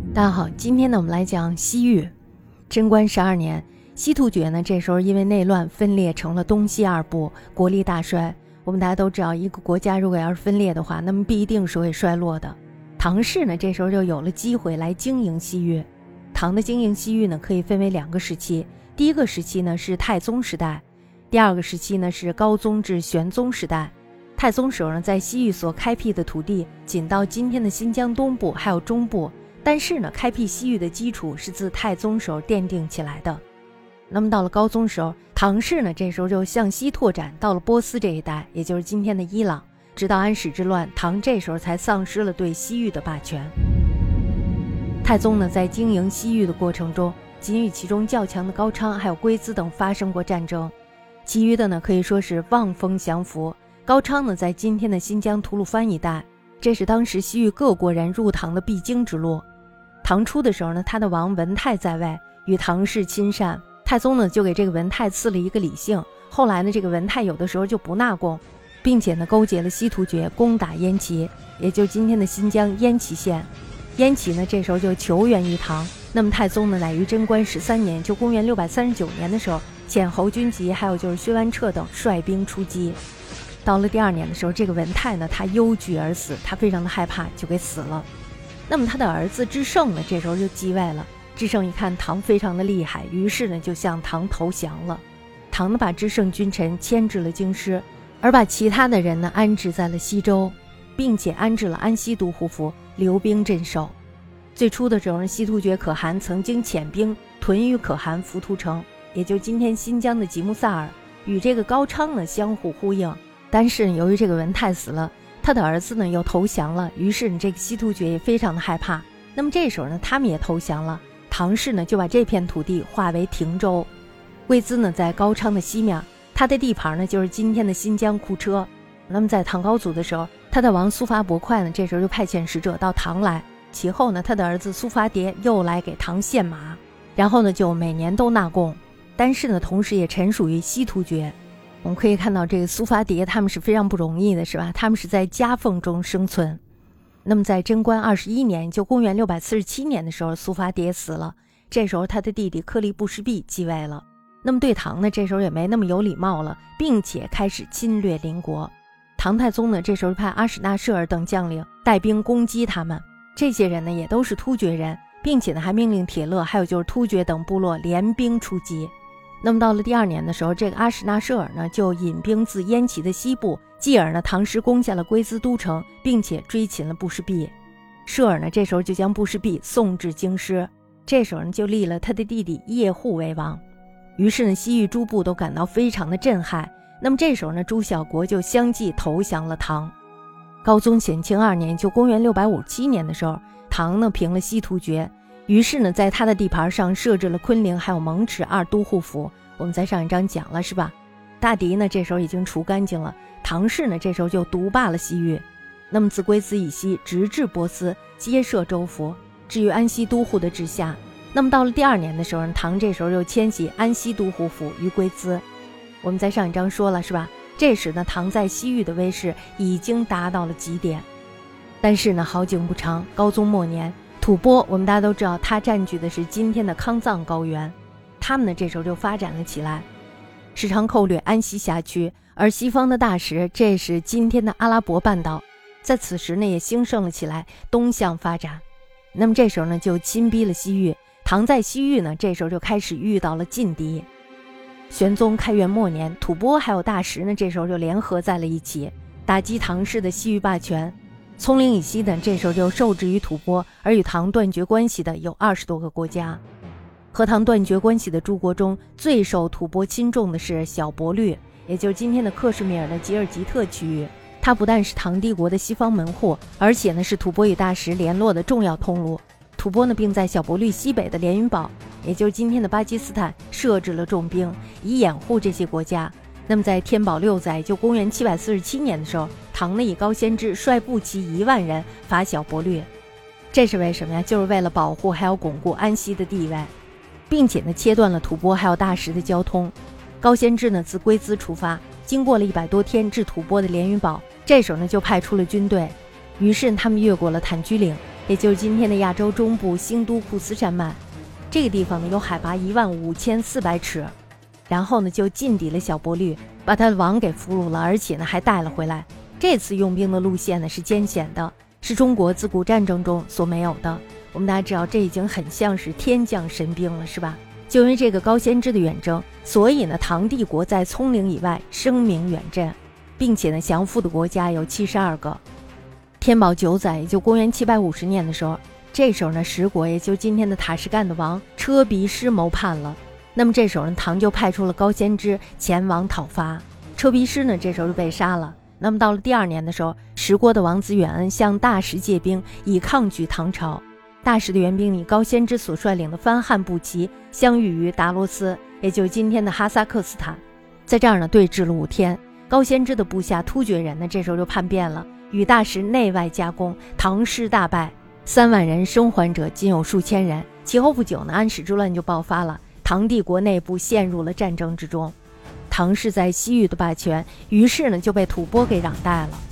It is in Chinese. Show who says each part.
Speaker 1: 大家好，今天呢我们来讲西域。贞观12年，西突厥呢这时候因为内乱分裂成了东西二部，国力大衰。我们大家都知道，一个国家如果要是分裂的话，那么必定是会衰落的。唐氏呢这时候就有了机会来经营西域。唐的经营西域呢可以分为2个时期，第一个时期呢是太宗时代，第2个时期呢是高宗至玄宗时代。太宗时候呢，在西域所开辟的土地仅到今天的新疆东部还有中部，但是呢，开辟西域的基础是自太宗时候奠定起来的。那么到了高宗时候，唐氏呢这时候就向西拓展到了波斯这一带，也就是今天的伊朗。直到安史之乱，唐这时候才丧失了对西域的霸权。太宗呢在经营西域的过程中，仅与其中较强的高昌还有龟兹等发生过战争，其余的呢可以说是望风降服。高昌呢在今天的新疆吐鲁番一带，这是当时西域各国人入唐的必经之路。唐初的时候呢，他的王文泰在位，与唐氏亲善，太宗呢就给这个文泰赐了一个李姓。后来呢，这个文泰有的时候就不纳贡，并且呢勾结了西突厥攻打燕齐，也就是今天的新疆燕齐县。燕齐呢这时候就求援于唐，那么太宗呢乃于贞观13年，就公元639年的时候，遣侯君集还有就是薛万彻等率兵出击。到了第2年的时候，这个文泰呢他忧惧而死，他非常的害怕，就给死了。那么他的儿子智胜呢这时候就继位了。智胜一看唐非常的厉害，于是呢就向唐投降了。唐呢把智胜君臣迁至了京师，而把其他的人呢安置在了西周，并且安置了安西都护府，留兵镇守。最初的时候呢，西突厥可汗曾经遣兵屯于可汗浮屠城，也就是今天新疆的吉木萨尔，与这个高昌呢相互呼应。但是由于这个文泰死了，他的儿子呢又投降了，于是这个西突厥也非常的害怕。那么这时候呢，他们也投降了。唐氏呢就把这片土地划为亭州。龟兹呢在高昌的西面，他的地盘呢就是今天的新疆库车。那么在唐高祖的时候，他的王苏伐伯快呢这时候就派遣使者到唐来，其后呢他的儿子苏伐迭又来给唐献马，然后呢就每年都纳贡，但是呢同时也臣属于西突厥。我们可以看到这个苏伐迭他们是非常不容易的，是吧？他们是在夹缝中生存。那么在贞观21年，就公元647年的时候，苏伐迭死了，这时候他的弟弟克利布什毕继位了。那么对唐呢这时候也没那么有礼貌了，并且开始侵略邻国。唐太宗呢这时候派阿史那设尔等将领带兵攻击他们，这些人呢也都是突厥人，并且呢还命令铁勒还有就是突厥等部落联兵出击。那么到了第2年的时候，这个阿史那设尔呢就引兵自燕齐的西部，继而呢唐师攻下了龟兹都城，并且追擒了布什毕。设尔呢这时候就将布什毕送至京师，这时候呢就立了他的弟弟叶护为王。于是呢西域诸部都感到非常的震撼。那么这时候呢诸小国就相继投降了唐。高宗显庆2年，就公元657年的时候，唐呢平了西突厥，于是呢在他的地盘上设置了昆陵还有蒙齿2都护府。我们在上一章讲了，是吧？大敌呢这时候已经除干净了，唐氏呢这时候就独霸了西域。那么自龟兹以西直至波斯，皆设州府，至于安西都护的治下。那么到了第2年的时候，唐这时候又迁徙安西都护府于龟兹。我们在上一章说了，是吧？这时呢唐在西域的威势已经达到了极点。但是呢好景不长，高宗末年，吐蕃我们大家都知道，他占据的是今天的康藏高原，他们呢这时候就发展了起来，时常寇掠安西辖区。而西方的大食，这是今天的阿拉伯半岛，在此时呢也兴盛了起来，东向发展。那么这时候呢就侵逼了西域。唐在西域呢这时候就开始遇到了劲敌。玄宗开元末年，吐蕃还有大食呢这时候就联合在了一起，打击唐氏的西域霸权。葱岭以西的这时候就受制于吐蕃，而与唐断绝关系的有20多个国家。和唐断绝关系的诸国中，最受吐蕃亲重的是小勃律，也就是今天的克什米尔的吉尔吉特区域。它不但是唐帝国的西方门户，而且呢是吐蕃与大食联络的重要通路。吐蕃呢并在小勃律西北的连云堡，也就是今天的巴基斯坦，设置了重兵，以掩护这些国家。那么在天宝6载，就公元747年的时候，唐呢以高仙芝率步骑1万人伐小勃律。这是为什么呀？就是为了保护还有巩固安西的地位，并且呢切断了吐蕃还有大食的交通。高仙芝呢自龟兹出发，经过了100多天至吐蕃的连云堡，这时候呢就派出了军队。于是他们越过了坦居岭， 也就是今天的亚洲中部兴都库斯山脉。这个地方呢有海拔15400尺，然后呢就进抵了小波律，把他的王给俘虏了，而且呢还带了回来。这次用兵的路线呢是艰险的，是中国自古战争中所没有的。我们大家知道，这已经很像是天降神兵了，是吧？就因为这个高仙芝的远征，所以呢唐帝国在葱岭以外声名远震，并且呢降服的国家有72个。天宝9载，也就公元750年的时候，这时候呢十国，也就今天的塔什干的王车鼻师谋叛了。那么这时候呢唐就派出了高仙芝前往讨伐，车鼻师呢这时候就被杀了。那么到了第2年的时候，十国的王子远恩向大石借兵，以抗拒唐朝。大石的援兵以高仙芝所率领的番汉步骑相遇于达罗斯，也就是今天的哈萨克斯坦。在这儿呢对峙了5天，高仙芝的部下突厥人呢这时候就叛变了，与大石内外夹攻，唐师大败，3万人生还者仅有数千人。其后不久呢，安史之乱就爆发了，唐帝国内部陷入了战争之中。唐氏在西域的霸权，于是呢就被吐蕃给攘代了。